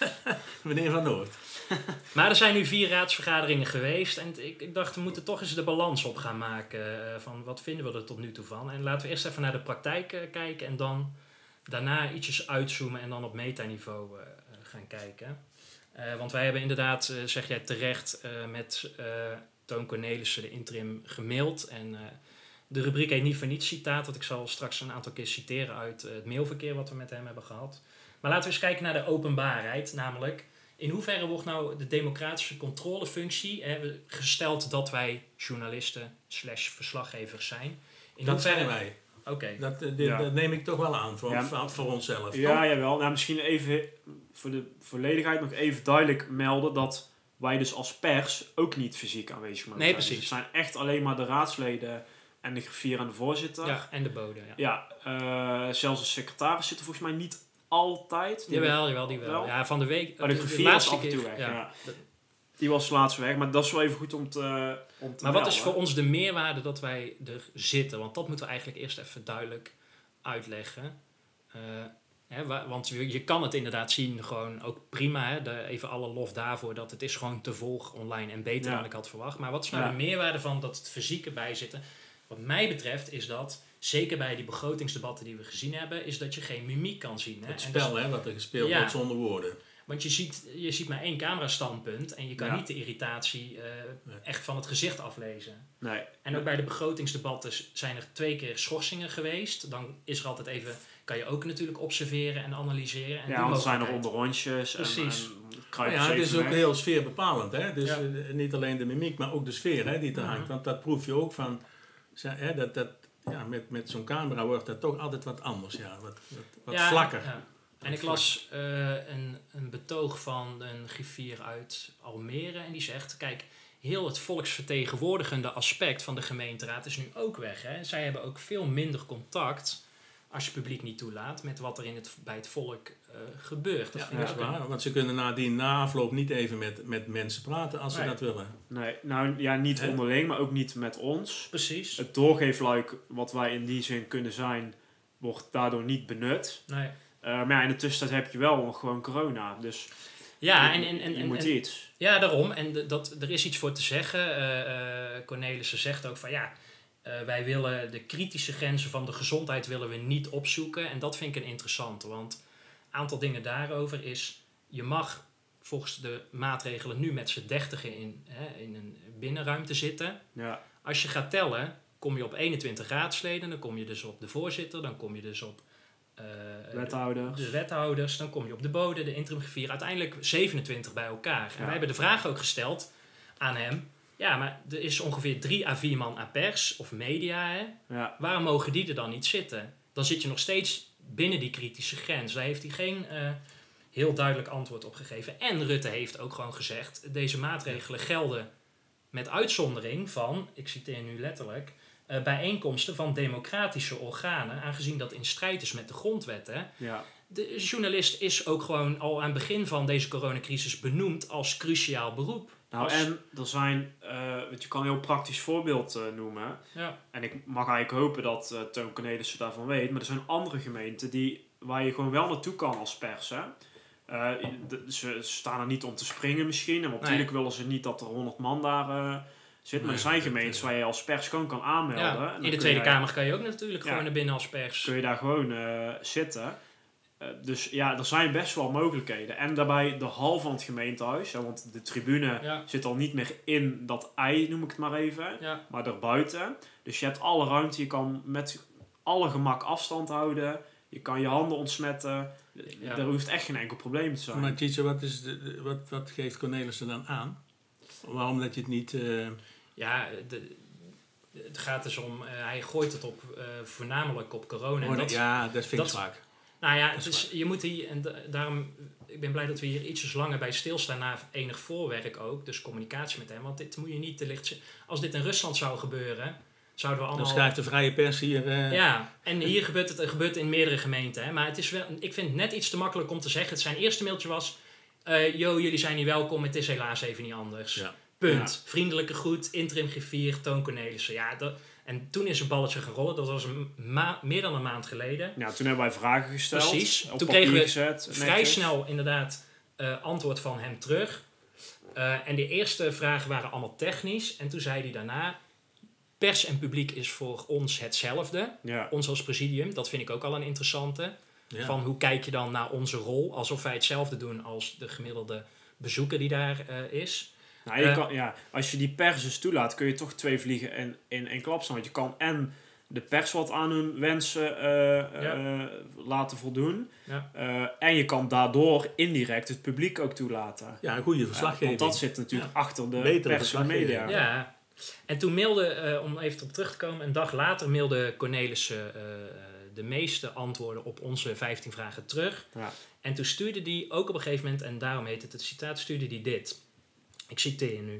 Speaker 5: Meneer Van Noord.
Speaker 4: Maar er zijn nu vier raadsvergaderingen geweest. En ik, ik dacht, we moeten toch eens de balans op gaan maken. Uh, van wat vinden we er tot nu toe van. En laten we eerst even naar de praktijk uh, kijken. En dan daarna ietsjes uitzoomen. En dan op metaniveau uh, gaan kijken. Uh, want wij hebben inderdaad, uh, zeg jij terecht, uh, met uh, Toon Cornelissen de interim gemaild. En... Uh, De rubriek heet niet voor niets citaat, want ik zal straks een aantal keer citeren uit het mailverkeer wat we met hem hebben gehad. Maar laten we eens kijken naar de openbaarheid, namelijk in hoeverre wordt nou de democratische controlefunctie hè, gesteld dat wij journalisten slash verslaggevers zijn. In
Speaker 5: dat
Speaker 4: hoeverre...
Speaker 5: zijn wij.
Speaker 4: Oké. Okay.
Speaker 5: Dat, uh, dit, ja. dat neem ik toch wel aan voor, ja. voor onszelf.
Speaker 6: Ja, toch? Jawel. Nou, misschien even voor de volledigheid nog even duidelijk melden dat wij dus als pers ook niet fysiek aanwezig mogen
Speaker 4: nee,
Speaker 6: zijn.
Speaker 4: precies.
Speaker 6: Dus het zijn echt alleen maar de raadsleden en de griffier en de voorzitter.
Speaker 4: Ja, en de bode, ja.
Speaker 6: Ja, uh, zelfs de secretaris zit er volgens mij niet altijd.
Speaker 4: Die jawel, jawel, die wel. wel. Ja, van de week.
Speaker 6: Maar de griffier was af en toe weg. Ja. Ja. Die was laatst weg, maar dat is wel even goed om te, om te
Speaker 4: Maar
Speaker 6: melden.
Speaker 4: wat is voor ons de meerwaarde dat wij er zitten? Want dat moeten we eigenlijk eerst even duidelijk uitleggen. Uh, hè, want je, je kan het inderdaad zien, gewoon ook prima. Hè, de, even alle lof daarvoor dat het is gewoon te volgen online en beter ja. dan ik had verwacht. Maar wat is nou ja. de meerwaarde van dat het fysieke bijzitten? Wat mij betreft is dat, zeker bij die begrotingsdebatten die we gezien hebben, is dat je geen mimiek kan zien. Hè?
Speaker 5: Het spel, dus, hè, wat er gespeeld ja, wordt zonder woorden.
Speaker 4: Want je ziet, je ziet maar één camerastandpunt en je kan ja. niet de irritatie uh, nee. echt van het gezicht aflezen.
Speaker 6: Nee.
Speaker 4: En ook nee. bij de begrotingsdebatten zijn er twee keer schorsingen geweest. Dan is er altijd even, kan je ook natuurlijk observeren en analyseren. En
Speaker 6: ja, want er zijn er onderrondjes.
Speaker 4: Precies.
Speaker 6: En, en
Speaker 5: ja, het is ook heel sfeerbepalend. Hè? Dus ja. uh, niet alleen de mimiek, maar ook de sfeer hè, die er hangt. Want dat proef je ook van... Hè, dat, dat, ja, met, met zo'n camera wordt dat toch altijd wat anders, ja, wat, wat, wat
Speaker 4: ja,
Speaker 5: vlakker.
Speaker 4: Ja. En ik las uh, een, een betoog van een griffier uit Almere en die zegt, kijk, heel het volksvertegenwoordigende aspect van de gemeenteraad is nu ook weg. Hè? Zij hebben ook veel minder contact, als je publiek niet toelaat, met wat er in het, bij het volk uh, gebeurt. Dat,
Speaker 5: ja, dat is waar, want ze kunnen nadien na afloop niet even met, met mensen praten als
Speaker 6: nee.
Speaker 5: ze dat willen.
Speaker 6: Nee, nou ja, niet He? onderling, maar ook niet met ons.
Speaker 4: Precies.
Speaker 6: Het doorgeefluik wat wij in die zin kunnen zijn, wordt daardoor niet benut.
Speaker 4: Nee.
Speaker 6: Uh, maar ja, in de tussentijd heb je wel nog gewoon corona, dus
Speaker 4: ja,
Speaker 6: je,
Speaker 4: en, en, en,
Speaker 6: je
Speaker 4: en,
Speaker 6: moet
Speaker 4: en,
Speaker 6: iets.
Speaker 4: Ja, daarom. En de, dat, er is iets voor te zeggen. Uh, uh, Cornelissen zegt ook van ja, uh, wij willen de kritische grenzen van de gezondheid willen we niet opzoeken. En dat vind ik een interessante, want een aantal dingen daarover is, je mag volgens de maatregelen nu met z'n dertigen in, hè, in een binnenruimte zitten.
Speaker 6: Ja.
Speaker 4: Als je gaat tellen, kom je op eenentwintig raadsleden, dan kom je dus op de voorzitter, dan kom je dus op uh,
Speaker 6: wethouders.
Speaker 4: De, de wethouders, dan kom je op de bode, de interim griffier, uiteindelijk zevenentwintig bij elkaar. En
Speaker 6: Ja.
Speaker 4: wij hebben de vraag ook gesteld aan hem, ja, maar er is ongeveer drie à vier man aan pers of media, hè?
Speaker 6: Ja.
Speaker 4: Waarom mogen die er dan niet zitten? Dan zit je nog steeds binnen die kritische grens. Daar heeft hij geen uh, heel duidelijk antwoord op gegeven. En Rutte heeft ook gewoon gezegd, deze maatregelen gelden met uitzondering van, ik citeer nu letterlijk, uh, bijeenkomsten van democratische organen, aangezien dat in strijd is met de grondwet. Hè?
Speaker 6: Ja.
Speaker 4: De journalist is ook gewoon al aan het begin van deze coronacrisis benoemd als cruciaal beroep.
Speaker 6: Nou,
Speaker 4: als...
Speaker 6: en er zijn, uh, je kan een heel praktisch voorbeeld uh, noemen.
Speaker 4: Ja.
Speaker 6: En ik mag eigenlijk hopen dat uh, Toon Cornelissen daarvan weet. Maar er zijn andere gemeenten die, waar je gewoon wel naartoe kan als pers. Hè? Uh, de, ze staan er niet om te springen misschien. En natuurlijk nee. willen ze niet dat er honderd man daar uh, zit. Maar nee, er zijn gemeentes waar je als pers gewoon kan aanmelden.
Speaker 4: Ja, in de Tweede jij, Kamer kan je ook natuurlijk ja, gewoon naar binnen als pers.
Speaker 6: Kun je daar gewoon uh, zitten. Uh, dus ja, er zijn best wel mogelijkheden. En daarbij de hal van het gemeentehuis. Ja, want de tribune ja. zit al niet meer in dat ei, noem ik het maar even. Ja. Maar daarbuiten. Dus je hebt alle ruimte. Je kan met alle gemak afstand houden. Je kan je handen ontsmetten. Ja. Er hoeft echt geen enkel probleem te zijn.
Speaker 5: Maar Tjitse, wat, is de, wat, wat geeft Cornelissen dan aan? Waarom dat je het niet... Uh...
Speaker 4: Ja, de, het gaat dus om... Uh, hij gooit het op, uh, voornamelijk op corona.
Speaker 5: Oh,
Speaker 4: en dat,
Speaker 5: ja, dat vind ik vaak.
Speaker 4: Nou ja, het is, je moet hier... En de, daarom, ik ben blij dat we hier ietsjes langer bij stilstaan na enig voorwerk ook. Dus communicatie met hem. Want dit moet je niet te licht... Als dit in Rusland zou gebeuren... Zouden we allemaal...
Speaker 5: Dan schrijft de vrije pers hier... Uh...
Speaker 4: Ja, en hier gebeurt het, het gebeurt in meerdere gemeenten. Hè. Maar het is wel, ik vind het net iets te makkelijk om te zeggen. Het zijn eerste mailtje was... Uh, yo, jullie zijn hier welkom. Het is helaas even niet anders. Ja. Punt. Ja. Vriendelijke groet. Interim griffier. Toon Cornelissen. Ja, dat, en toen is een balletje gaan rollen. Dat was een ma- meer dan een maand geleden.
Speaker 6: Ja, toen hebben wij vragen gesteld.
Speaker 4: Precies. Toen kregen we gezet, vrij snel inderdaad uh, antwoord van hem terug. Uh, en de eerste vragen waren allemaal technisch. En toen zei hij daarna... Pers en publiek is voor ons hetzelfde. Ja. Ons als presidium. Dat vind ik ook al een interessante. Ja. Van hoe kijk je dan naar onze rol? Alsof wij hetzelfde doen als de gemiddelde bezoeker die daar uh, is.
Speaker 6: Nou, je uh, kan, ja, als je die pers dus toelaat, kun je toch twee vliegen in, in één klap slaan. Want je kan en de pers wat aan hun wensen uh, ja. uh, laten voldoen. Ja. Uh, en je kan daardoor indirect het publiek ook toelaten.
Speaker 5: Ja, een goede verslaggeving.
Speaker 6: Uh, want dat zit natuurlijk ja. achter de
Speaker 5: Betere
Speaker 6: pers en media.
Speaker 4: Ja. En toen mailde, uh, om even op terug te komen, een dag later mailde Cornelissen uh, de meeste antwoorden op onze vijftien vragen terug. Ja. En toen stuurde hij ook op een gegeven moment, en daarom heet het het citaat, stuurde hij dit. Ik citeer nu.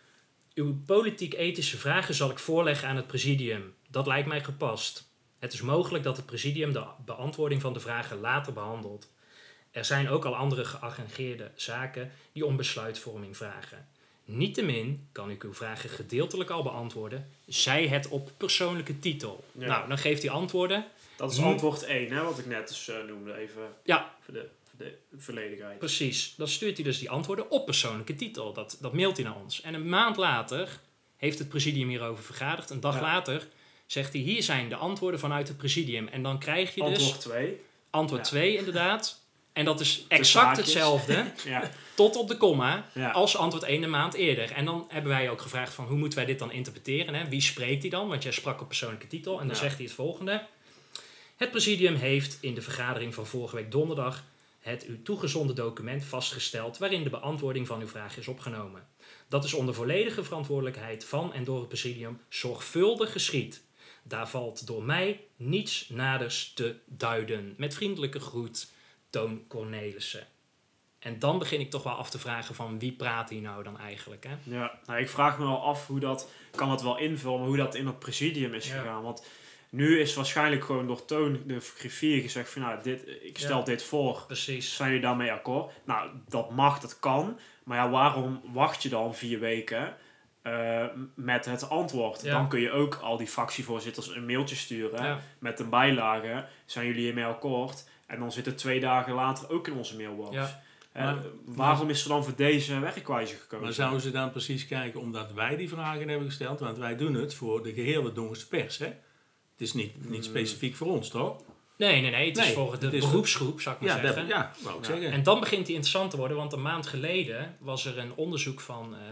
Speaker 4: Uw politiek-ethische vragen zal ik voorleggen aan het presidium. Dat lijkt mij gepast. Het is mogelijk dat het presidium de beantwoording van de vragen later behandelt. Er zijn ook al andere geagendeerde zaken die om besluitvorming vragen. Niettemin kan ik uw vragen gedeeltelijk al beantwoorden, zij het op persoonlijke titel. Ja. Nou, dan geeft hij antwoorden.
Speaker 6: Dat is hm. antwoord één, hè, wat ik net dus uh, noemde, even
Speaker 4: ja.
Speaker 6: voor de, voor de volledigheid.
Speaker 4: Precies, dan stuurt hij dus die antwoorden op persoonlijke titel. Dat, dat mailt hij naar ons. En een maand later heeft het presidium hierover vergaderd. Een dag ja. later zegt hij, hier zijn de antwoorden vanuit het presidium. En dan krijg je
Speaker 6: antwoord
Speaker 4: dus...
Speaker 6: twee.
Speaker 4: Antwoord twee, ja. inderdaad. En dat is exact hetzelfde, ja. tot op de komma, ja. als antwoord één een maand eerder. En dan hebben wij ook gevraagd van hoe moeten wij dit dan interpreteren? Hè? Wie spreekt hij dan? Want jij sprak op persoonlijke titel. En dan ja. zegt hij het volgende. Het presidium heeft in de vergadering van vorige week donderdag het u toegezonden document vastgesteld waarin de beantwoording van uw vraag is opgenomen. Dat is onder volledige verantwoordelijkheid van en door het presidium zorgvuldig geschied. Daar valt door mij niets naders te duiden. Met vriendelijke groet. Toon Cornelissen. En dan begin ik toch wel af te vragen van wie praat hier nou dan eigenlijk, hè?
Speaker 6: Ja, nou, ik vraag me wel af hoe dat, kan dat wel invullen, maar hoe dat in het presidium is ja. gegaan. Want nu is waarschijnlijk gewoon door Toon, de griffier, gezegd van nou, dit, ik stel ja. dit voor.
Speaker 4: Precies.
Speaker 6: Zijn jullie daarmee akkoord? Nou, dat mag, dat kan. Maar ja, waarom wacht je dan vier weken uh, met het antwoord? Ja. Dan kun je ook al die fractievoorzitters een mailtje sturen ja. met een bijlage. Zijn jullie hiermee akkoord? En dan zit het twee dagen later ook in onze mailbox. Ja. Uh, maar, waarom maar, is er dan voor deze werkwijze gekozen?
Speaker 5: Maar zouden ze dan precies kijken omdat wij die vragen hebben gesteld? Want wij doen het voor de gehele Dongense pers, hè? Het is niet, niet specifiek voor ons, toch?
Speaker 4: Nee, nee, nee. Het nee, is voor de het beroepsgroep, zou ik maar
Speaker 5: ja,
Speaker 4: zeggen.
Speaker 5: Dat, ja, wou ik ja. zeggen.
Speaker 4: En dan begint die interessant te worden, want een maand geleden was er een onderzoek van uh,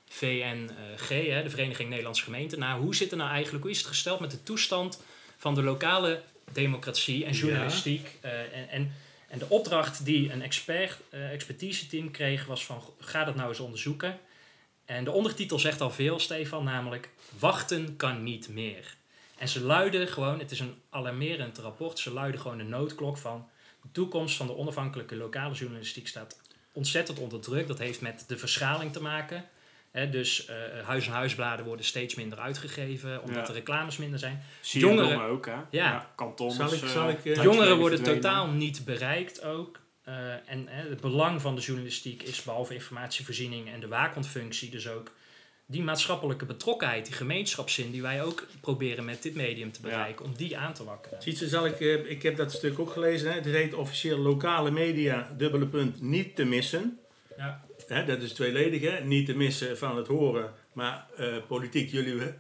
Speaker 4: V N G, hè, de Vereniging Nederlandse Gemeenten, naar hoe zit het nou eigenlijk, hoe is het gesteld met de toestand van de lokale democratie en journalistiek. Ja. Uh, en, en, en de opdracht die een expert, uh, expertise-team kreeg was van, ga dat nou eens onderzoeken. En de ondertitel zegt al veel, Stefan, namelijk wachten kan niet meer. En ze luiden gewoon, het is een alarmerend rapport, ze luiden gewoon de noodklok van de toekomst van de onafhankelijke lokale journalistiek staat ontzettend onder druk. Dat heeft met de verschaling te maken. He, dus uh, huis- en huisbladen worden steeds minder uitgegeven, omdat ja. de reclames minder zijn.
Speaker 6: Jongeren ook, hè?
Speaker 4: Ja.
Speaker 6: ja kantons,
Speaker 5: zal ik, zal ik, uh,
Speaker 4: jongeren worden verdwenen. Totaal niet bereikt ook. Uh, en uh, het belang van de journalistiek is behalve informatievoorziening en de waakhondfunctie dus ook die maatschappelijke betrokkenheid, die gemeenschapszin die wij ook proberen met dit medium te bereiken, ja. om die aan te wakkeren.
Speaker 5: Ziet zal ik, uh, ik heb dat stuk ook gelezen, hè? Het heet officieel lokale media, dubbele punt, niet te missen.
Speaker 4: Ja.
Speaker 5: Hè, dat is tweeledig, hè? Niet te missen van het horen, maar uh, politiek, jullie uh,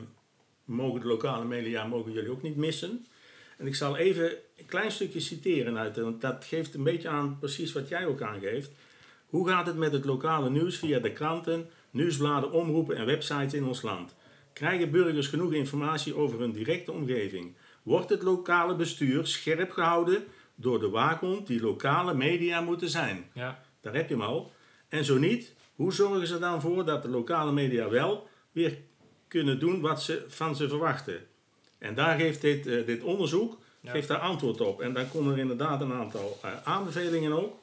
Speaker 5: mogen de lokale media mogen jullie ook niet missen. En ik zal even een klein stukje citeren uit, want dat geeft een beetje aan precies wat jij ook aangeeft. Hoe gaat het met het lokale nieuws via de kranten, nieuwsbladen, omroepen en websites in ons land? Krijgen burgers genoeg informatie over hun directe omgeving? Wordt het lokale bestuur scherp gehouden door de waakhond die lokale media moeten zijn?
Speaker 4: Ja.
Speaker 5: Daar heb je hem al. En zo niet, hoe zorgen ze dan voor dat de lokale media wel weer kunnen doen wat ze van ze verwachten? En daar geeft dit, uh, dit onderzoek ja. geeft daar antwoord op. En dan komen er inderdaad een aantal uh, aanbevelingen ook.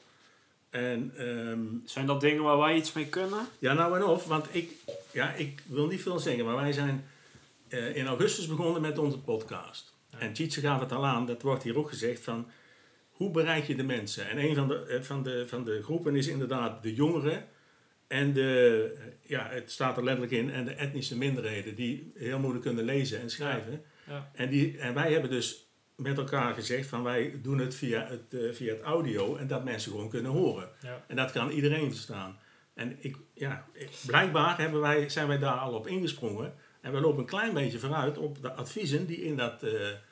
Speaker 5: En, um,
Speaker 6: zijn dat dingen waar wij iets mee kunnen?
Speaker 5: Ja, nou en of. Want ik, ja, ik wil niet veel zeggen, maar wij zijn uh, in augustus begonnen met onze podcast. Ja. En Tjitse gaf het al aan, dat wordt hier ook gezegd van, hoe bereik je de mensen? En een van de, van de, van de groepen is inderdaad de jongeren en de, ja, het staat er letterlijk in, en de etnische minderheden die heel moeilijk kunnen lezen en schrijven.
Speaker 4: Ja. Ja.
Speaker 5: En, die, en wij hebben dus met elkaar gezegd van wij doen het via het, uh, via het audio en dat mensen gewoon kunnen horen.
Speaker 4: Ja.
Speaker 5: En dat kan iedereen verstaan. En ik, ja, blijkbaar hebben wij, zijn wij daar al op ingesprongen en we lopen een klein beetje vooruit op de adviezen die in dat, uh,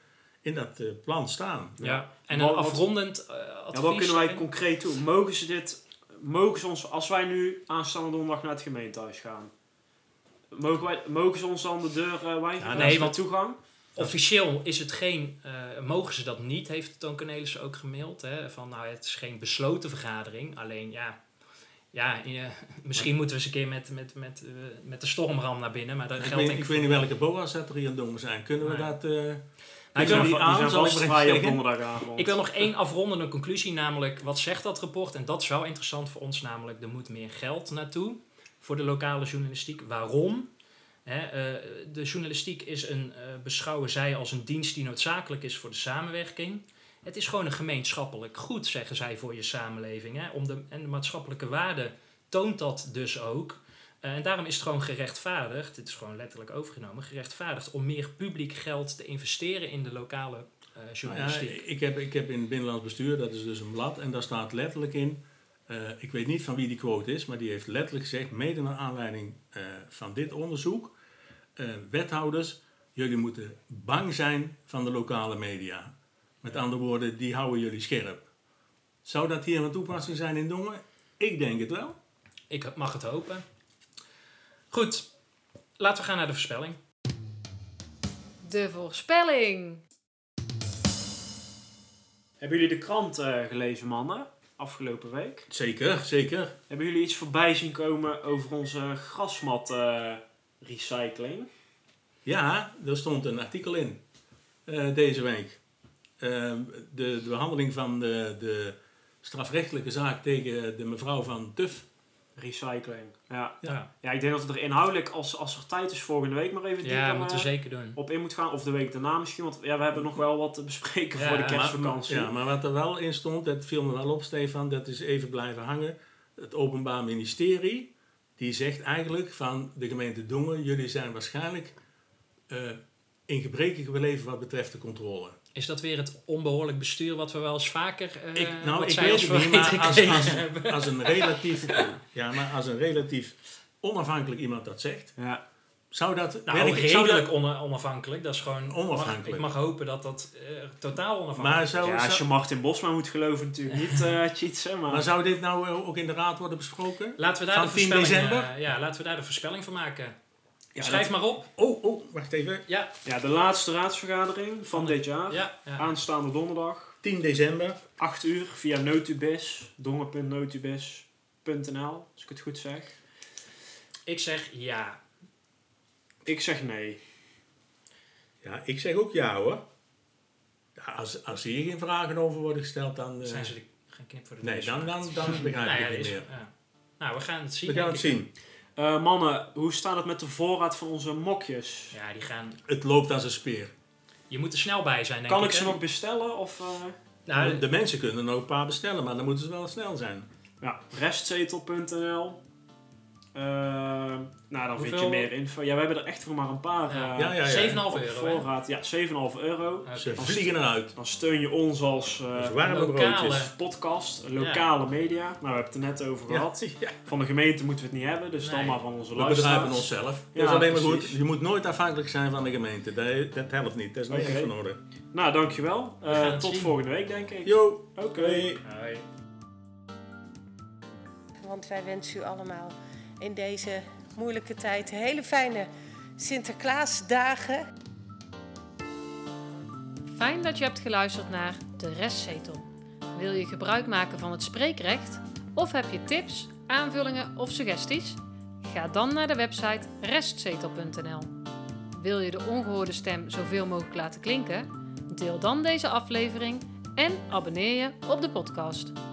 Speaker 5: in dat uh, plan staan.
Speaker 4: Ja. Ja. En een afrondend uh, advies.
Speaker 6: Ja, wat kunnen wij concreet doen? Mogen ze dit, mogen ze ons, als wij nu aanstaande donderdag naar het gemeentehuis gaan, mogen, wij, mogen ze ons dan de deur uh, weigeren?
Speaker 4: Ja, nee, want
Speaker 6: toegang?
Speaker 4: Officieel is het geen, uh, mogen ze dat niet, heeft Toon Cornelissen ook gemaild. Hè, van nou, het is geen besloten vergadering. Alleen ja, ja uh, misschien moeten we eens een keer met, met, met, uh, met de stormram naar binnen. Maar dat
Speaker 5: ik
Speaker 4: geldt
Speaker 5: weet,
Speaker 4: denk
Speaker 5: ik weet niet welke boa's dat er hier aan doen zijn. Kunnen we
Speaker 4: nee.
Speaker 5: dat... Uh,
Speaker 4: nou,
Speaker 6: die,
Speaker 4: die,
Speaker 6: die aan,
Speaker 5: zal ik
Speaker 6: vrij op donderdagavond.
Speaker 4: Ik wil nog één afrondende conclusie, namelijk wat zegt dat rapport? En dat is wel interessant voor ons, namelijk er moet meer geld naartoe voor de lokale journalistiek. Waarom? He, uh, de journalistiek is een, uh, beschouwen zij als een dienst die noodzakelijk is voor de samenwerking. Het is gewoon een gemeenschappelijk goed, zeggen zij, voor je samenleving. Hè? Om de, en de maatschappelijke waarde toont dat dus ook. Uh, en daarom is het gewoon gerechtvaardigd, het is gewoon letterlijk overgenomen, gerechtvaardigd om meer publiek geld te investeren in de lokale uh, journalistiek.
Speaker 5: Nou ja, ik, heb, ik heb in het Binnenlands Bestuur, dat is dus een blad, en daar staat letterlijk in, uh, ik weet niet van wie die quote is, maar die heeft letterlijk gezegd, mede naar aanleiding uh, van dit onderzoek, uh, wethouders, jullie moeten bang zijn van de lokale media. Met andere woorden, die houden jullie scherp. Zou dat hier van toepassing zijn in Dongen? Ik denk het wel.
Speaker 4: Ik mag het hopen. Goed, laten we gaan naar de voorspelling.
Speaker 1: De voorspelling.
Speaker 6: Hebben jullie de krant uh, gelezen, mannen? Afgelopen week?
Speaker 5: Zeker, zeker.
Speaker 6: Hebben jullie iets voorbij zien komen over onze grasmat uh, recycling?
Speaker 5: Ja, er stond een artikel in uh, deze week. Uh, de, de behandeling van de, de strafrechtelijke zaak tegen de mevrouw van Tuf.
Speaker 6: Recycling. Ja.
Speaker 5: Ja.
Speaker 6: Ja, ik denk dat we er inhoudelijk, als, als er tijd is, volgende week maar even
Speaker 4: ja,
Speaker 6: dieper,
Speaker 4: moeten we
Speaker 6: uh,
Speaker 4: zeker doen.
Speaker 6: op in moet gaan. Of de week daarna misschien, want ja, we hebben nog wel wat te bespreken ja, voor de kerstvakantie.
Speaker 5: Maar, ja, maar wat er wel in stond, dat viel me wel op, Stefan, dat is even blijven hangen. Het Openbaar Ministerie, die zegt eigenlijk van de gemeente Dongen, jullie zijn waarschijnlijk uh, in gebreken gebleven wat betreft de controle.
Speaker 4: Is dat weer het onbehoorlijk bestuur wat we wel eens vaker uh,
Speaker 5: ik, nou, ik
Speaker 4: weet
Speaker 5: het niet, maar als, als, als, een relatief, ja, maar als een relatief onafhankelijk iemand dat zegt,
Speaker 6: ja.
Speaker 5: Zou dat
Speaker 4: Nou,
Speaker 5: werken? Zou
Speaker 4: redelijk
Speaker 5: dat...
Speaker 4: on- onafhankelijk. Dat is gewoon
Speaker 5: Onafhankelijk.
Speaker 4: Mag, ik mag hopen dat dat uh, totaal onafhankelijk
Speaker 5: Maar
Speaker 4: is.
Speaker 5: zou,
Speaker 6: Ja, als je
Speaker 5: zou,
Speaker 6: Martin Bosma moet geloven natuurlijk niet, uh, Tjitse, maar...
Speaker 5: maar zou dit nou uh, ook in de raad worden besproken?
Speaker 4: Laten we daar
Speaker 5: Van
Speaker 4: de
Speaker 5: tien
Speaker 4: voorspelling,
Speaker 5: december?
Speaker 4: uh, ja, laten we daar de voorspelling van maken.
Speaker 6: Ja,
Speaker 4: Schrijf
Speaker 6: dat-
Speaker 4: maar op.
Speaker 5: Oh, oh, wacht even.
Speaker 4: Ja,
Speaker 6: Ja, de laatste raadsvergadering van dit jaar.
Speaker 4: ja, ja.
Speaker 6: Aanstaande donderdag.
Speaker 5: tien december.
Speaker 6: acht uur via Notubis. dongen punt notubis punt n l, als ik het goed zeg.
Speaker 4: Ik zeg ja.
Speaker 6: Ik zeg nee.
Speaker 5: Ja, ik zeg ook ja hoor. Ja, als, als hier geen vragen over worden gesteld, dan... Uh,
Speaker 4: Zijn ze de, geen knip voor de
Speaker 5: nee,
Speaker 4: neus
Speaker 5: dan, dan,
Speaker 4: gemaakt?
Speaker 5: dan begrijp
Speaker 4: Nou
Speaker 5: ik
Speaker 4: ja,
Speaker 5: het
Speaker 4: dat
Speaker 5: niet
Speaker 4: is-
Speaker 5: meer.
Speaker 4: ja. Nou, we gaan het zien.
Speaker 5: We gaan
Speaker 4: denk
Speaker 5: het
Speaker 4: ik.
Speaker 5: zien.
Speaker 6: Uh, mannen, hoe staat het met de voorraad van onze mokjes?
Speaker 4: Ja, die gaan...
Speaker 5: Het loopt als een speer.
Speaker 4: Je moet er snel bij zijn, denk
Speaker 6: Kan
Speaker 4: ik.
Speaker 6: ik ze
Speaker 4: hè?
Speaker 6: nog bestellen? Of, uh,
Speaker 4: Nou,
Speaker 5: de, de mensen kunnen er nog een paar bestellen, maar dan moeten ze wel snel zijn.
Speaker 6: ja, restzetel punt n l. Uh, nou, dan vind je
Speaker 4: Hoeveel?
Speaker 6: meer info. Ja, we hebben er echt voor maar een paar uh,
Speaker 4: Ja.
Speaker 5: Ja, ja, ja.
Speaker 4: zeven komma vijf
Speaker 6: op
Speaker 4: euro. hè?
Speaker 6: voorraad. Ja, zeven komma vijf euro.
Speaker 4: Oké.
Speaker 5: Ze vliegen eruit.
Speaker 6: Dan steun je ons als uh,
Speaker 5: Dus warme
Speaker 4: lokale-
Speaker 5: broodjes.
Speaker 6: podcast, lokale media. Nou, we hebben het er net over gehad.
Speaker 5: Ja, ja.
Speaker 6: Van de gemeente moeten we het niet hebben, dus
Speaker 4: Nee.
Speaker 6: dan maar van onze
Speaker 5: We
Speaker 6: luisteraars.
Speaker 5: bedrijven onszelf.
Speaker 6: Ja,
Speaker 5: dat is alleen maar goed.
Speaker 6: precies.
Speaker 5: Je moet nooit afhankelijk zijn van de gemeente. Dat, dat helpt niet. Dat is niet
Speaker 6: Oké.
Speaker 5: echt van orde.
Speaker 6: Nou, dankjewel. Uh,
Speaker 4: We gaan het
Speaker 6: tot
Speaker 4: zien.
Speaker 6: volgende week, denk ik.
Speaker 5: Yo!
Speaker 6: Oké.
Speaker 5: Hoi.
Speaker 4: Hoi.
Speaker 2: Want wij wensen u allemaal in deze moeilijke tijd hele fijne Sinterklaasdagen.
Speaker 1: Fijn dat je hebt geluisterd naar De Restzetel. Wil je gebruik maken van het spreekrecht? Of heb je tips, aanvullingen of suggesties? Ga dan naar de website restzetel punt n l. Wil je de ongehoorde stem zoveel mogelijk laten klinken? Deel dan deze aflevering en abonneer je op de podcast.